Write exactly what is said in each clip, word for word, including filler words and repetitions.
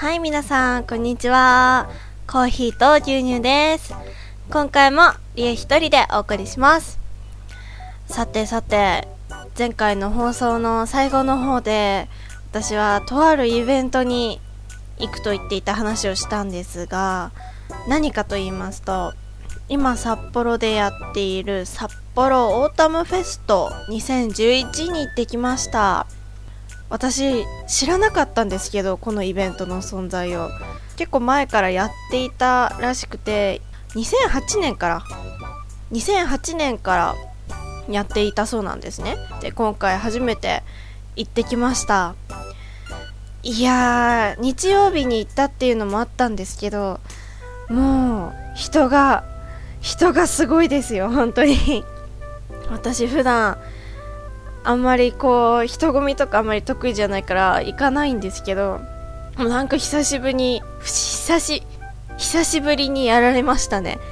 はい、皆さんこんにちは。コーヒーと牛乳です。今回もリエ一人でお送りします。さてさて、前回の放送の最後の方で私はとあるイベントに行くと言っていた話をしたんですが、何かと言いますと、今札幌でやっている札幌オータムフェストにせんじゅういちに行ってきました。私知らなかったんですけど、このイベントの存在を結構前からやっていたらしくて、にせんはちねんからにせんはちねんからやっていたそうなんですね。で、今回初めて行ってきました。いやー、日曜日に行ったっていうのもあったんですけど、もう人が人がすごいですよ、本当に。私普段あんまりこう人混みとかあんまり得意じゃないから行かないんですけど、もうなんか久しぶりに久し久しぶりにやられましたね。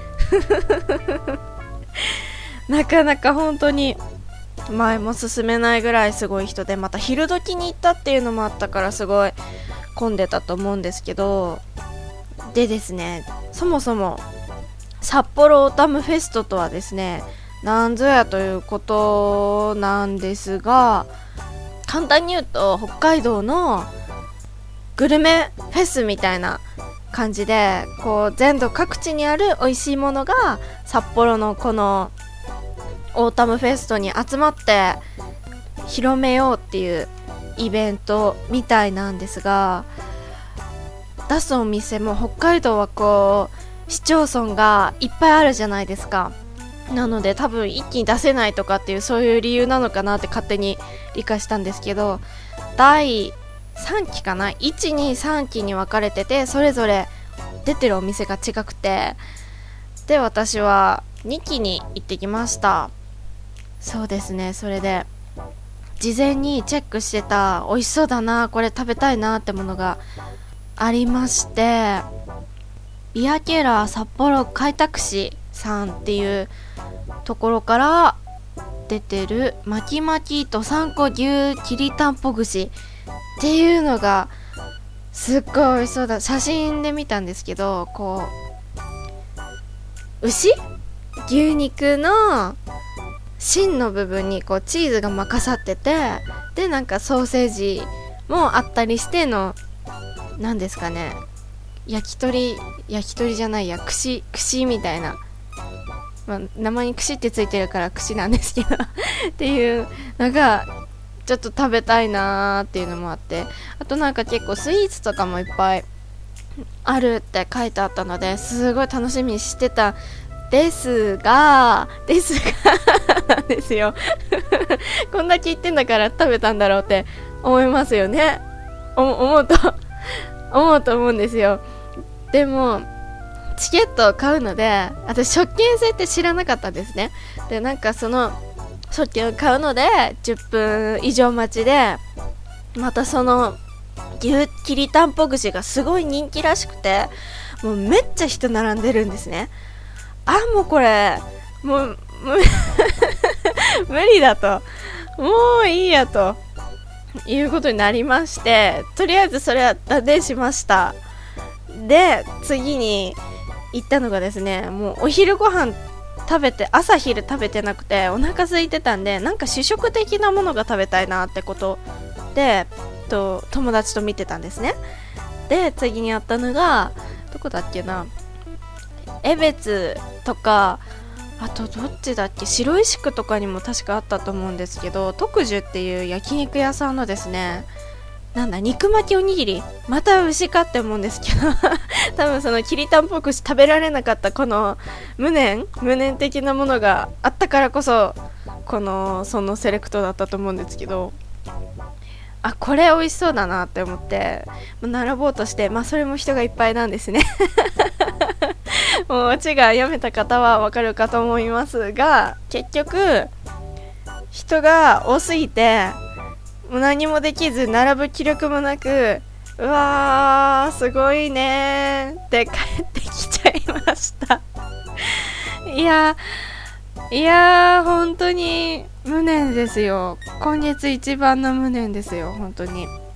なかなか本当に前も進めないぐらいすごい人で、また昼時に行ったっていうのもあったからすごい混んでたと思うんですけど、でですね、そもそも札幌オータムフェストとはですね、なんぞやということなんですが、簡単に言うと北海道のグルメフェスみたいな感じで、こう全土各地にある美味しいものが札幌のこのオータムフェストに集まって広めようっていうイベントみたいなんですが、出すお店も北海道はこう市町村がいっぱいあるじゃないですか。なので多分一気に出せないとかっていう、そういう理由なのかなって勝手に理解したんですけど、だいさんきかな、いち、に、さんきに分かれてて、それぞれ出てるお店が違くて、で私はにきに行ってきました。そうですね、それで事前にチェックしてた美味しそうだな、これ食べたいなってものがありまして、ビアケラー札幌開拓市さんっていうところから出てる巻き巻きとさんこ牛きりたんぽ串っていうのがすっごい美味しそうだ。写真で見たんですけど、こう牛牛肉の芯の部分にこうチーズがまかさってて、でなんかソーセージもあったりしての、なんですかね、焼き鳥焼き鳥じゃないや、串串みたいな、まあ、名前に串ってついてるから串なんですけどっていうのがちょっと食べたいなーっていうのもあって、あとなんか結構スイーツとかもいっぱいあるって書いてあったので、すごい楽しみにしてたですがですがなんですよこんだけ言ってんだから食べたんだろうって思いますよね。お思うと思うと思うんですよ。でもチケットを買うので、私食券制って知らなかったんですね。でなんかその食券を買うのでじゅっぷん以上待ちで、またその牛きりたんぽ串がすごい人気らしくて、もうめっちゃ人並んでるんですね。あ、もうこれもう無理だと、もういいやということになりまして、とりあえずそれは断念しました。で次に行ったのがですね、もうお昼ご飯食べて、朝昼食べてなくてお腹空いてたんで、なんか主食的なものが食べたいなってことでと友達と見てたんですね。で次にやったのがどこだっけな、江別とか、あとどっちだっけ、白石区とかにも確かあったと思うんですけど、特需っていう焼肉屋さんのですね、なんだ肉巻きおにぎり、また牛かって思うんですけど多分そのきりたんぽ串食べられなかったこの無念無念的なものがあったからこそ、このそのセレクトだったと思うんですけど、あ、これ美味しそうだなって思って並ぼうとして、まあそれも人がいっぱいなんですねもうオチが読めた方はわかるかと思いますが、結局人が多すぎてもう何もできず、並ぶ気力もなく、うわーすごいねーって帰ってきちゃいましたいやいやー本当に無念ですよ。今月一番の無念ですよ本当に。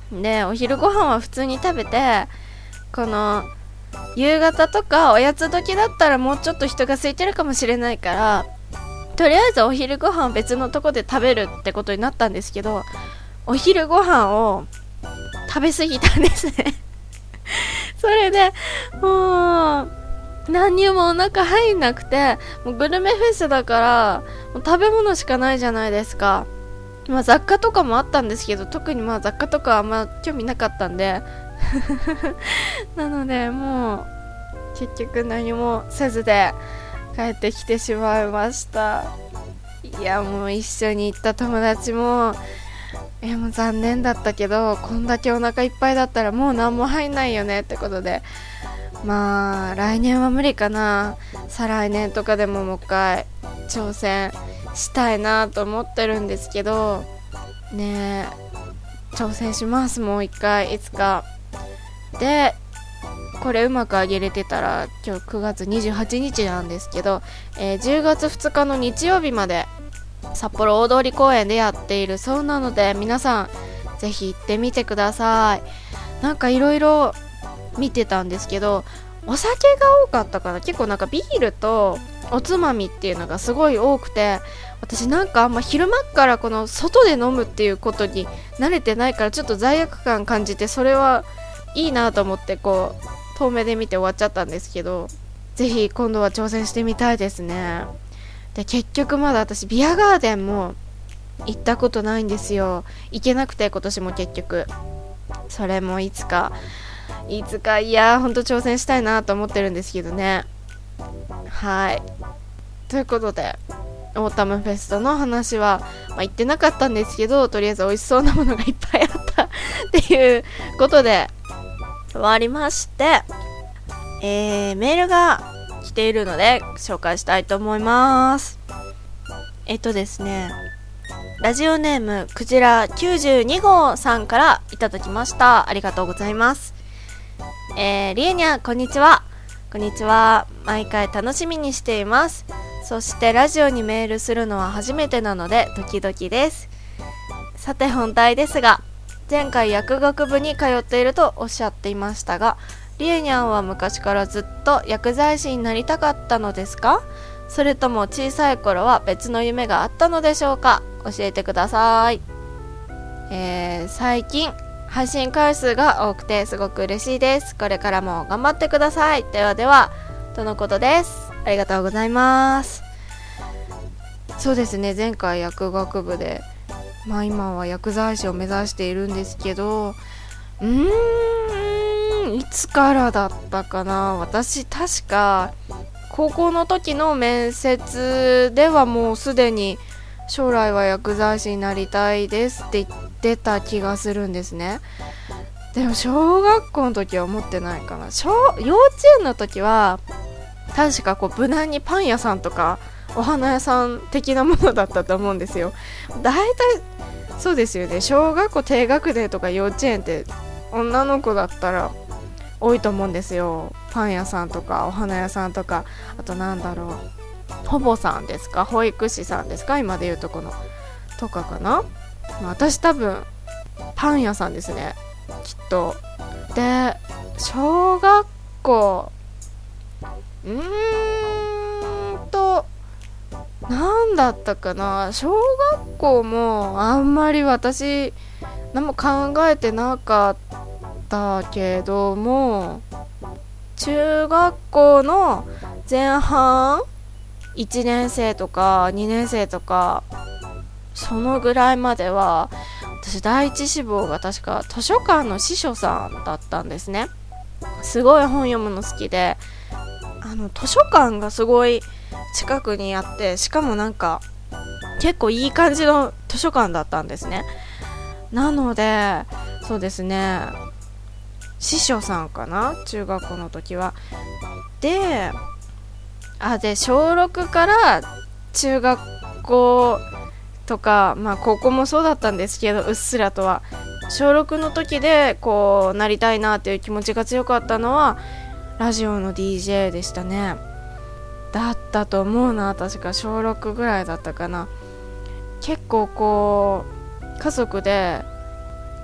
でお昼ご飯は普通に食べて、この夕方とかおやつ時だったらもうちょっと人が空いてるかもしれないから、とりあえずお昼ご飯を別のとこで食べるってことになったんですけど、お昼ご飯を食べ過ぎたんですねそれでもう何にもお腹入んなくて、もうグルメフェスだからもう食べ物しかないじゃないですか。まあ雑貨とかもあったんですけど、特にまあ雑貨とかはあんま興味なかったんでなのでもう結局何もせずで帰ってきてしまいました。いやもう一緒に行った友達もいやもう残念だったけど、こんだけお腹いっぱいだったらもう何も入んないよねってことで、まあ来年は無理かな、再来年とかでももう一回挑戦したいなと思ってるんですけどね。え挑戦します、もう一回いつかで。これうまく上げれてたら今日くがつにじゅうはちにちなんですけど、えー、じゅうがつふつかの日曜日まで札幌大通公園でやっているそうなので、皆さんぜひ行ってみてください。なんかいろいろ見てたんですけど、お酒が多かったから、結構なんかビールとおつまみっていうのがすごい多くて、私なんかあんま昼間っからこの外で飲むっていうことに慣れてないから、ちょっと罪悪感感じて、それはいいなと思ってこう遠目で見て終わっちゃったんですけど、ぜひ今度は挑戦してみたいですね。で結局まだ私ビアガーデンも行ったことないんですよ。行けなくて今年も結局。それもいつかいつかいやほんと挑戦したいなと思ってるんですけどね。はい、ということでオータムフェストの話は、まあ、言ってなかったんですけど、とりあえず美味しそうなものがいっぱいあったっていうことで終わりまして、えー、メールが来ているので紹介したいと思います。えっとですねラジオネームクジラきゅうじゅうにごうさんからいただきました。ありがとうございます。えー、リエニャこんにちは。こんにちは。毎回楽しみにしています。そしてラジオにメールするのは初めてなのでドキドキです。さて本題ですが、前回薬学部に通っているとおっしゃっていましたが、リエニャンは昔からずっと薬剤師になりたかったのですか？それとも小さい頃は別の夢があったのでしょうか？教えてください。えー、最近配信回数が多くてすごく嬉しいです。これからも頑張ってください。ではではとのことです。ありがとうございます。そうですね、前回薬学部で、まあ今は薬剤師を目指しているんですけど、うーんいつからだったかな。私確か高校の時の面接ではもうすでに将来は薬剤師になりたいですって言ってた気がするんですね。でも小学校の時は思ってないかな。小幼稚園の時は確かこう無難にパン屋さんとかお花屋さん的なものだったと思うんですよ。だいたいそうですよね。小学校低学年とか幼稚園って女の子だったら多いと思うんですよ。パン屋さんとかお花屋さんとか、あとなんだろう、保母さんですか、保育士さんですか、今でいうとこのとかかな。まあ、私多分パン屋さんですね、きっと。で小学校うーんとなんだったかな。小学校もあんまり私何も考えてなかったけども、中学校の前半いちねんせいとかにねんせいとかそのぐらいまでは私第一志望が確か図書館の司書さんだったんですね。すごい本読むの好きで、あの図書館がすごい近くにあって、しかもなんか結構いい感じの図書館だったんですね。なのでそうですね、司書さんかな、中学校の時は。であで小ろくから中学校とか、まあ高校もそうだったんですけど、うっすらとは小ろくの時でこうなりたいなっていう気持ちが強かったのはラジオの ディージェー でしたね。だったと思うな、確か小ろくぐらいだったかな。結構こう家族で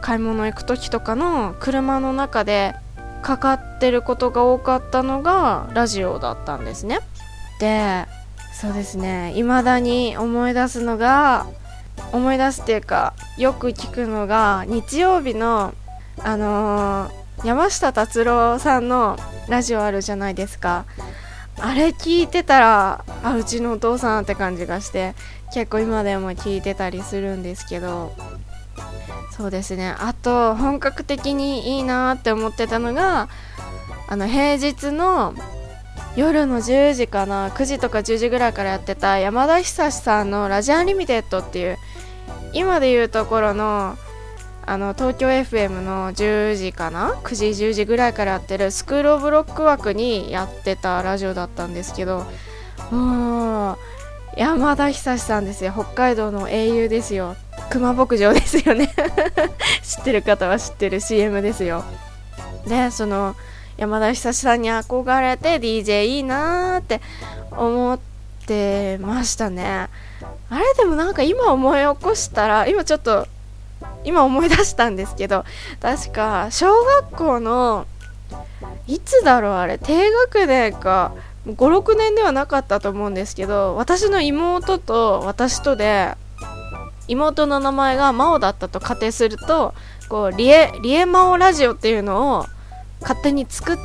買い物行く時とかの車の中でかかってることが多かったのがラジオだったんですね。で、そうですね、未だに思い出すのが思い出すっていうかよく聞くのが日曜日のあのー、山下達郎さんのラジオあるじゃないですか。あれ聞いてたら、あ、うちのお父さんって感じがして結構今でも聞いてたりするんですけど、そうですね、あと本格的にいいなって思ってたのがあの平日の夜のじゅうじかな、くじとかじゅうじぐらいからやってた山田久志さんのラジアンリミテッドっていう、今でいうところのあの東京 エフエム のじゅうじかな、くじじゅうじぐらいからやってるスクールオブロック枠にやってたラジオだったんですけど、もう山田久志さんですよ。北海道の英雄ですよ。熊牧場ですよね知ってる方は知ってる シーエム ですよ。で、その山田久志さんに憧れて ディージェー いいなーって思ってましたね。あれでもなんか今思い起こしたら、今ちょっと今思い出したんですけど、確か小学校のいつだろう、あれ低学年かご、ろくねんではなかったと思うんですけど、私の妹と私とで、妹の名前が真央だったと仮定すると、こうリエリエマオラジオっていうのを勝手に作って、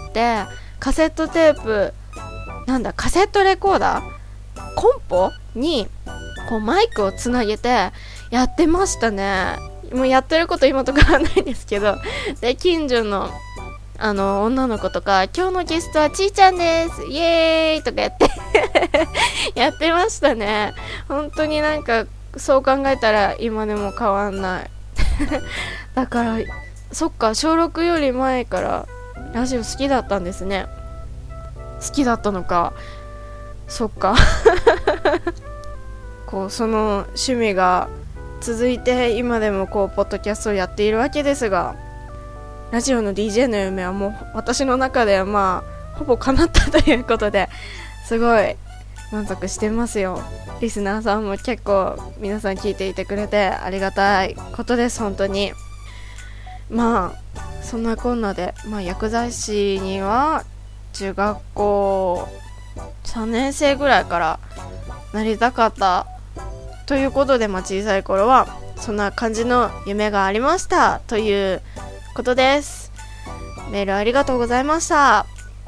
カセットテープなんだカセットレコーダーコンポにこうマイクをつなげてやってましたね。もうやってること今と変わらないんですけど、で近所のあの女の子とか、今日のゲストはちーちゃんですイエーイとかやってやってましたね。本当になんかそう考えたら今でも変わんないだからそっか、小ろくより前からラジオ好きだったんですね。好きだったのか、そっかこうその趣味が続いて今でもこうポッドキャストをやっているわけですが、ラジオの ディージェー の夢はもう私の中ではまあほぼ叶ったということで、すごい満足してますよ。リスナーさんも結構皆さん聞いていてくれてありがたいことです。本当に。まあそんなこんなで、まあ、薬剤師には中学校さんねん生ぐらいからなりたかったということで、まあ、小さい頃はそんな感じの夢がありましたということです。メールありがとうございました。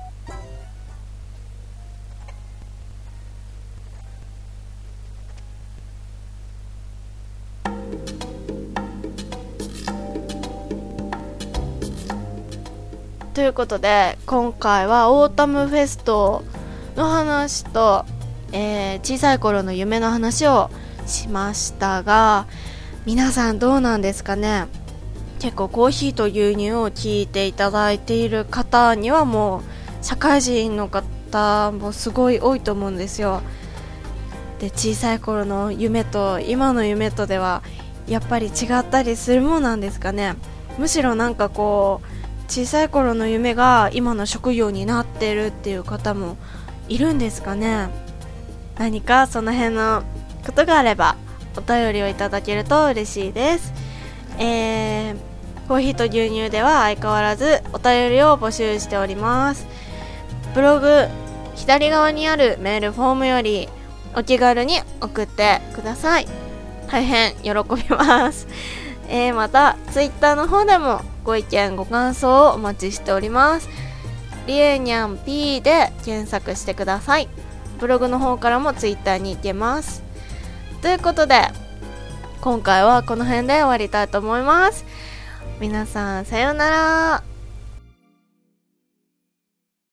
ということで今回はオータムフェストの話と、えー、小さい頃の夢の話をしましたが、皆さんどうなんですかね。結構コーヒーと牛乳を聞いていただいている方にはもう社会人の方もすごい多いと思うんですよ。で、小さい頃の夢と今の夢とではやっぱり違ったりするもんなんですかね。むしろなんかこう小さい頃の夢が今の職業になってるっていう方もいるんですかね。何かその辺のことがあればお便りをいただけると嬉しいです。えー、コーヒーと牛乳では相変わらずお便りを募集しております。ブログ左側にあるメールフォームよりお気軽に送ってください。大変喜びます。えー、またツイッターの方でもご意見ご感想をお待ちしております。リエニャン P で検索してください。ブログの方からもツイッターに行けます。ということで今回はこの辺で終わりたいと思います。皆さんさようなら。